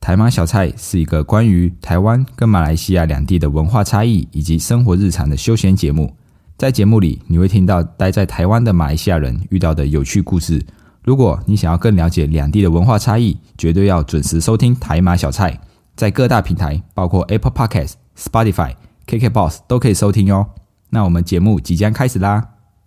台马小菜是一个关于台湾跟马来西亚两地的文化差异以及生活日常的休闲节目。在节目里，你会听到待在台湾的马来西亚人遇到的有趣故事。如果你想要更了解两地的文化差异，绝对要准时收听台马小菜。在各大平台，包括 Apple Podcast、Spotify、KKBOX 都可以收听哟。那我们节目即将开始啦！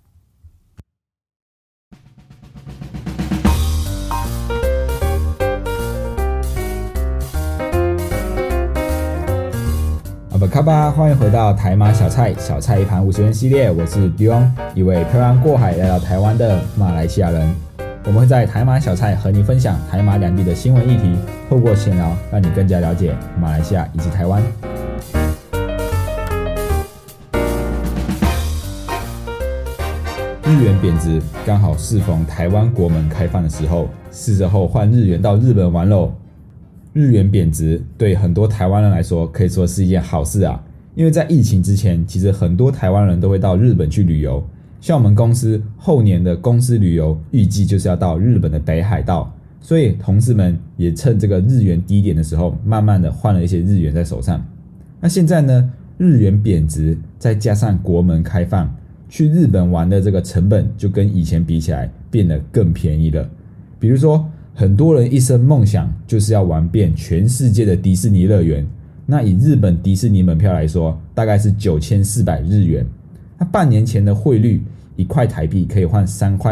阿巴卡巴，欢迎回到台马小菜，小菜一盘50元系列。我是 Dion， 一位漂洋过海来到台湾的马来西亚人。我们会在台马小菜和你分享台马两地的新闻议题，透过闲聊，让你更加了解马来西亚以及台湾。日元贬值，刚好适逢台湾国门开放的时候，是时候换日元到日本玩喽。日元贬值对很多台湾人来说可以说是一件好事啊，因为在疫情之前，其实很多台湾人都会到日本去旅游。像我们公司后年的公司旅游预计就是要到日本的北海道，所以同事们也趁这个日元低点的时候，慢慢的换了一些日元在手上。那现在呢，日元贬值，再加上国门开放，去日本玩的这个成本就跟以前比起来变得更便宜了。比如说，很多人一生梦想就是要玩遍全世界的迪士尼乐园，那以日本迪士尼门票来说，大概是9400日元。那半年前的汇率，1块台币可以换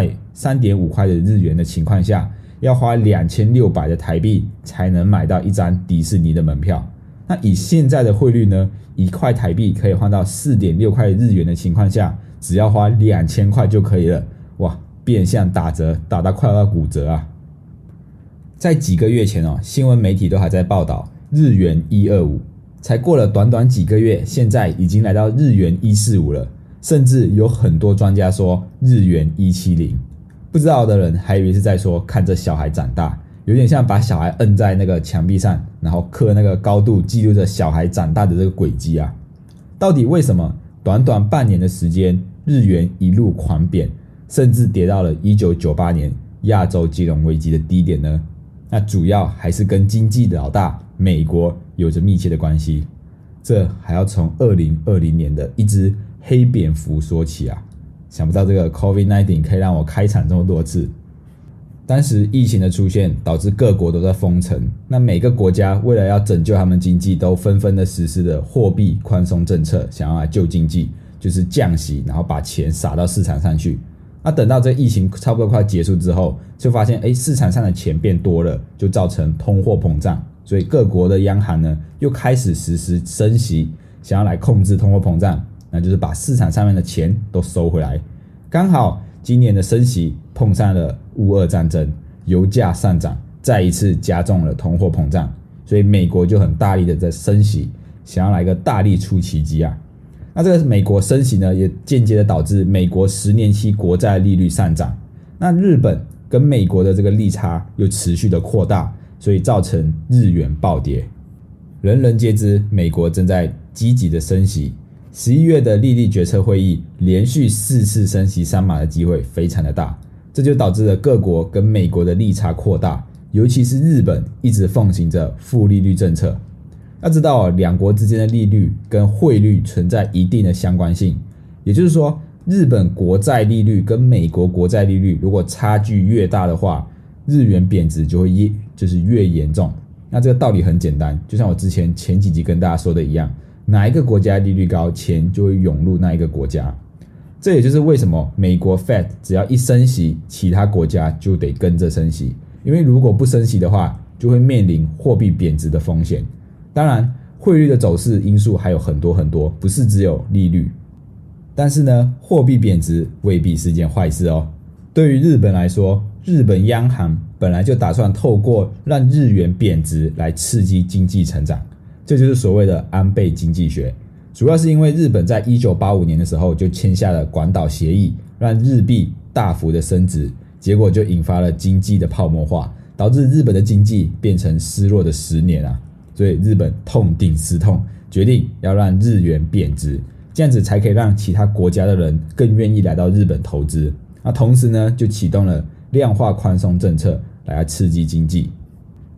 3.5块的日元的情况下，要花2600的台币才能买到一张迪士尼的门票。那以现在的汇率呢，1块台币可以换到4.6块日元的情况下，只要花2000块就可以了。哇，变相打折，打到快要到骨折啊！在几个月前新闻媒体都还在报道日元125，才过了短短几个月，现在已经来到日元145了，甚至有很多专家说日元170。不知道的人还以为是在说看着小孩长大，有点像把小孩摁在那个墙壁上，然后刻那个高度记录着小孩长大的这个轨迹啊。到底为什么短短半年的时间，日元一路狂贬，甚至跌到了1998年亚洲金融危机的低点呢？那主要还是跟经济的老大美国有着密切的关系。这还要从2020年的一只黑蝙蝠说起啊。想不到这个 COVID-19 可以让我开场这么多次。当时疫情的出现导致各国都在封城，那每个国家为了要拯救他们经济，都纷纷的实施了货币宽松政策，想要来救经济，就是降息，然后把钱撒到市场上去。那等到这疫情差不多快结束之后，就发现市场上的钱变多了，就造成通货膨胀，所以各国的央行呢又开始实施升息，想要来控制通货膨胀，那就是把市场上面的钱都收回来。刚好今年的升息碰上了乌俄战争，油价上涨，再一次加重了通货膨胀，所以美国就很大力的在升息，想要来个大力出奇迹啊。那这个美国升息呢，也间接的导致美国10年期国债利率上涨。那日本跟美国的这个利差又持续的扩大，所以造成日元暴跌。人人皆知，美国正在积极的升息。11月的利率决策会议连续4次升息3码的机会非常的大，这就导致了各国跟美国的利差扩大，尤其是日本一直奉行着负利率政策。要知道两国之间的利率跟汇率存在一定的相关性，也就是说，日本国债利率跟美国国债利率如果差距越大的话，日元贬值就会越严重。那这个道理很简单，就像我前几集跟大家说的一样，哪一个国家利率高，钱就会涌入那一个国家。这也就是为什么美国 Fed 只要一升息，其他国家就得跟着升息，因为如果不升息的话，就会面临货币贬值的风险。当然，汇率的走势因素还有很多很多，不是只有利率。但是呢，货币贬值未必是件坏事哦。对于日本来说，日本央行本来就打算透过让日元贬值来刺激经济成长，这就是所谓的安倍经济学。主要是因为日本在1985年的时候就签下了广岛协议，让日币大幅的升值，结果就引发了经济的泡沫化，导致日本的经济变成失落的10年啊。所以日本痛定思痛，决定要让日元贬值，这样子才可以让其他国家的人更愿意来到日本投资。那同时呢，就启动了量化宽松政策来刺激经济。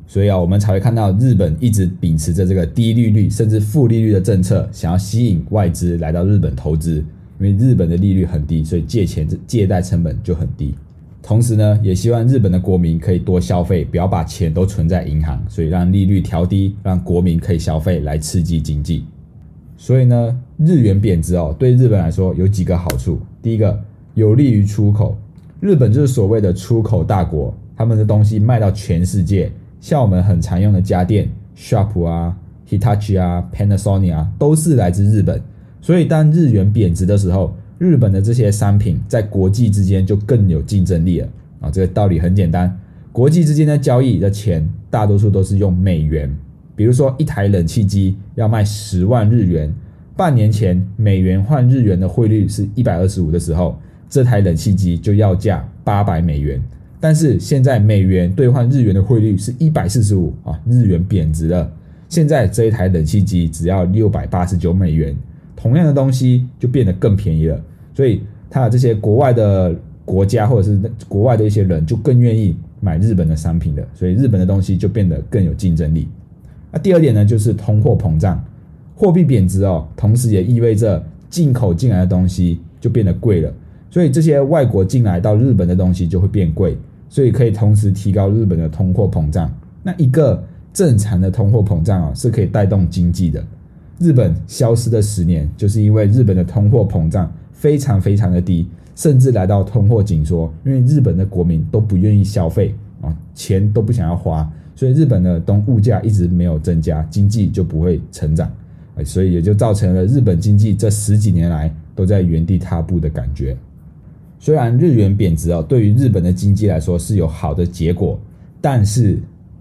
所以我们才会看到日本一直秉持着这个低利率甚至负利率的政策，想要吸引外资来到日本投资。因为日本的利率很低，所以借贷成本就很低。同时呢，也希望日本的国民可以多消费，不要把钱都存在银行，所以让利率调低，让国民可以消费来刺激经济。所以呢，日元贬值对日本来说有几个好处。第一个，有利于出口。日本就是所谓的出口大国，他们的东西卖到全世界，像我们很常用的家电 Sharp 啊、Hitachi 啊、Panasonic 啊，都是来自日本。所以当日元贬值的时候，日本的这些商品在国际之间就更有竞争力了。这个道理很简单，国际之间的交易的钱大多数都是用美元。比如说一台冷气机要卖10万日元，半年前美元换日元的汇率是125的时候，这台冷气机就要价800美元。但是现在美元兑换日元的汇率是145，日元贬值了，现在这一台冷气机只要689美元，同样的东西就变得更便宜了。所以它的这些国外的国家或者是国外的一些人就更愿意买日本的商品了，所以日本的东西就变得更有竞争力。第二点呢，就是通货膨胀。货币贬值同时也意味着进口进来的东西就变得贵了，所以这些外国进来到日本的东西就会变贵，所以可以同时提高日本的通货膨胀。那一个正常的通货膨胀是可以带动经济的。日本消失的10年，就是因为日本的通货膨胀非常非常的低，甚至来到通货紧缩，因为日本的国民都不愿意消费，钱都不想要花，所以日本的物价一直没有增加，经济就不会成长，所以也就造成了日本经济这10几年来都在原地踏步的感觉。虽然日元贬值对于日本的经济来说是有好的结果，但是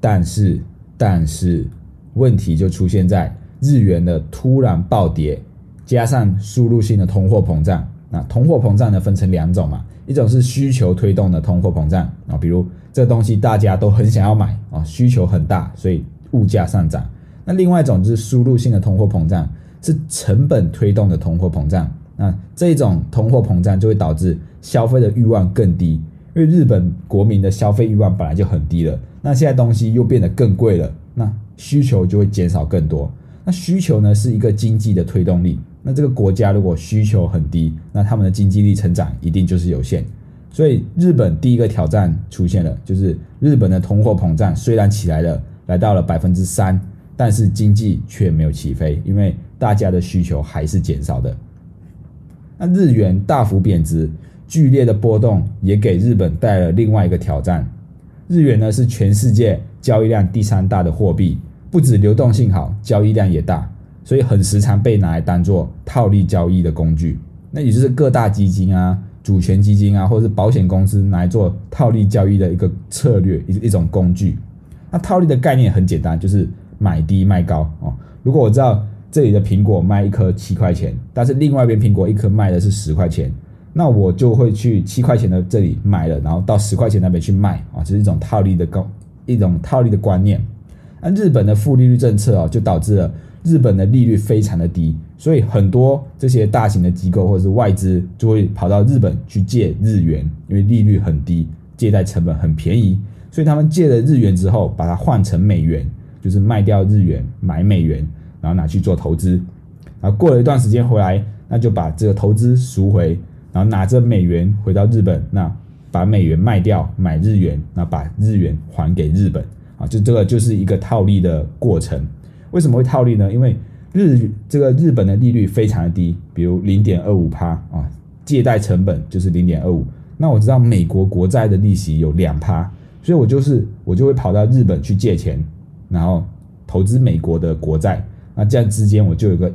问题就出现在日元的突然暴跌，加上输入性的通货膨胀。那通货膨胀呢分成2种嘛，一种是需求推动的通货膨胀，比如这东西大家都很想要买，需求很大，所以物价上涨。那另外一种就是输入性的通货膨胀，是成本推动的通货膨胀。那这种通货膨胀就会导致消费的欲望更低，因为日本国民的消费欲望本来就很低了，那现在东西又变得更贵了，那需求就会减少更多。那需求呢是一个经济的推动力，那这个国家如果需求很低，那他们的经济力成长一定就是有限。所以日本第一个挑战出现了，就是日本的通货膨胀虽然起来了，来到了 3%， 但是经济却没有起飞，因为大家的需求还是减少的。那日元大幅贬值，剧烈的波动也给日本带来了另外一个挑战。日元呢是全世界交易量第3大的货币，不止流动性好，交易量也大，所以很时常被拿来当作套利交易的工具。那也就是各大基金啊、主权基金啊，或者是保险公司拿来做套利交易的一个策略，一种工具。那套利的概念很简单，就是买低卖高。如果我知道这里的苹果卖一颗7块钱，但是另外一边苹果一颗卖的是10块钱，那我就会去7块钱的这里买了，然后到10块钱那边去卖，这是一种套利的观念。那日本的负利率政策就导致了日本的利率非常的低，所以很多这些大型的机构或者是外资就会跑到日本去借日元，因为利率很低，借贷成本很便宜，所以他们借了日元之后把它换成美元，就是卖掉日元买美元，然后拿去做投资，然后过了一段时间回来，那就把这个投资赎回，然后拿着美元回到日本，那把美元卖掉买日元，那把日元还给日本，就这个就是一个套利的过程。为什么会套利呢？因为日本的利率非常的低，比如 0.25%， 借贷成本就是 0.25%。那我知道美国国债的利息有 2%， 所以我就会跑到日本去借钱，然后投资美国的国债，那这样之间我就有个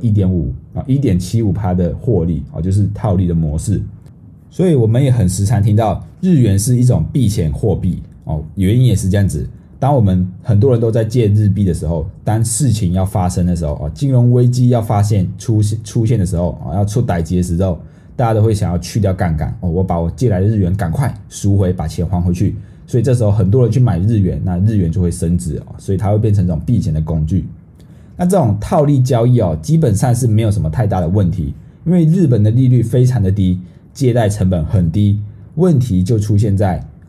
1.75% 的获利，就是套利的模式。所以我们也很时常听到日元是一种避险货币，原因也是这样子。当我们很多人都在借日币的时候，当事情要发生的时候，金融危机要出现的时候，要出代誌的时候，大家都会想要去掉杠杆，我把我借来的日元赶快赎回，把钱还回去。所以这时候很多人去买日元，那日元就会升值，所以它会变成这种避险的工具。那这种套利交易基本上是没有什么太大的问题，因为日本的利率非常的低，借贷成本很低，问题就出现在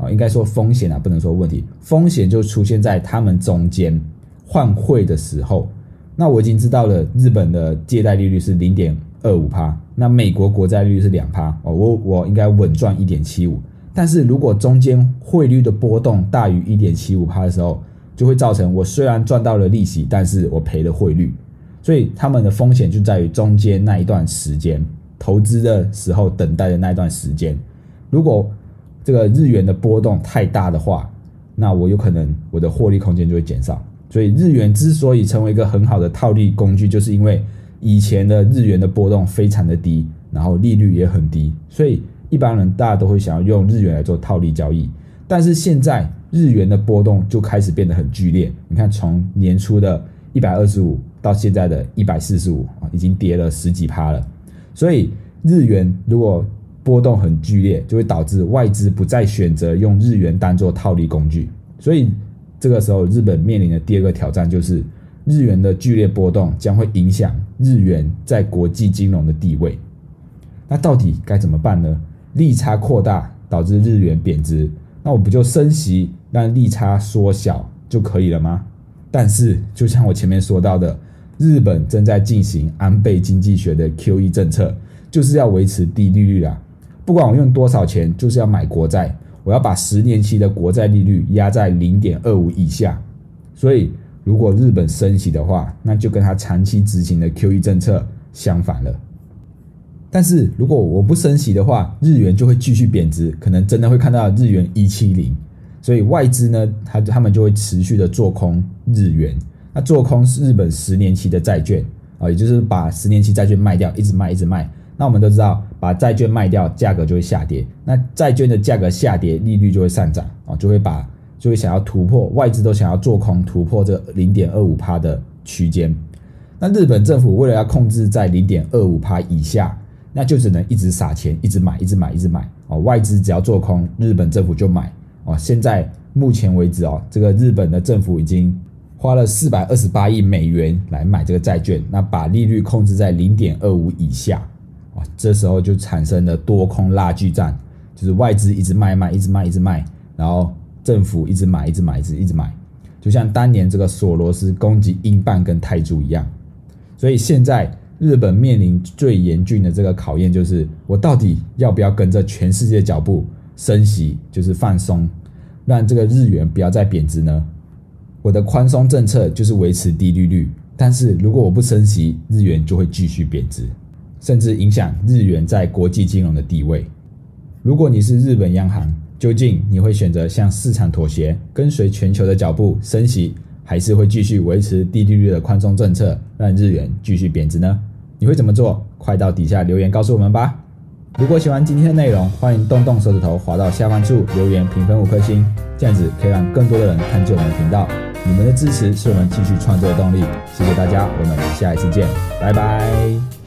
应该说风险不能说问题，风险就出现在他们中间换汇的时候。那我已经知道了，日本的借贷利率是 0.25%， 那美国国债利率是 2%， 我应该稳赚 1.75%。但是如果中间汇率的波动大于 1.75% 的时候，就会造成我虽然赚到了利息，但是我赔了汇率。所以他们的风险就在于中间那一段时间，投资的时候等待的那一段时间。如果这个日元的波动太大的话，那我有可能我的获利空间就会减少。所以日元之所以成为一个很好的套利工具，就是因为以前的日元的波动非常的低，然后利率也很低，所以一般人大家都会想要用日元来做套利交易。但是现在日元的波动就开始变得很剧烈，你看从年初的125到现在的145，已经跌了10几%了。所以日元如果波动很剧烈，就会导致外资不再选择用日元当作套利工具。所以这个时候日本面临的第二个挑战就是日元的剧烈波动将会影响日元在国际金融的地位。那到底该怎么办呢？利差扩大导致日元贬值，那我不就升息让利差缩小就可以了吗？但是就像我前面说到的，日本正在进行安倍经济学的 QE 政策，就是要维持低利率啦。不管我用多少钱，就是要买国债，我要把10年期的国债利率压在 0.25 以下。所以如果日本升息的话，那就跟他长期执行的 QE 政策相反了。但是如果我不升息的话，日元就会继续贬值，可能真的会看到日元170。所以外资呢，他们就会持续的做空日元。那做空日本10年期的债券，也就是把10年期债券卖掉，一直卖一直卖。那我们都知道，把债券卖掉，价格就会下跌。那债券的价格下跌，利率就会上涨，就会想要突破，外资都想要做空突破这 0.25% 的区间。那日本政府为了要控制在 0.25% 以下，那就只能一直撒钱，一直买，一直买，一直买。外资只要做空，日本政府就买。现在目前为止，这个日本的政府已经花了428亿美元来买这个债券，那把利率控制在 0.25 以下。这时候就产生了多空拉锯战，就是外资一直卖，一直卖，一直卖，然后政府一直买，一直买，一直买，就像当年这个索罗斯攻击英镑跟泰铢一样。所以现在日本面临最严峻的这个考验，就是我到底要不要跟着全世界的脚步升息，就是放松，让这个日元不要再贬值呢？我的宽松政策就是维持低利率，但是如果我不升息，日元就会继续贬值，甚至影响日元在国际金融的地位。如果你是日本央行，究竟你会选择向市场妥协，跟随全球的脚步升息，还是会继续维持低利率的宽松政策，让日元继续贬值呢？你会怎么做？快到底下留言告诉我们吧。如果喜欢今天的内容，欢迎动手指头滑到下方处留言评分5颗星，这样子可以让更多的人看见我们的频道。你们的支持是我们继续创作的动力，谢谢大家，我们下一次见，拜拜。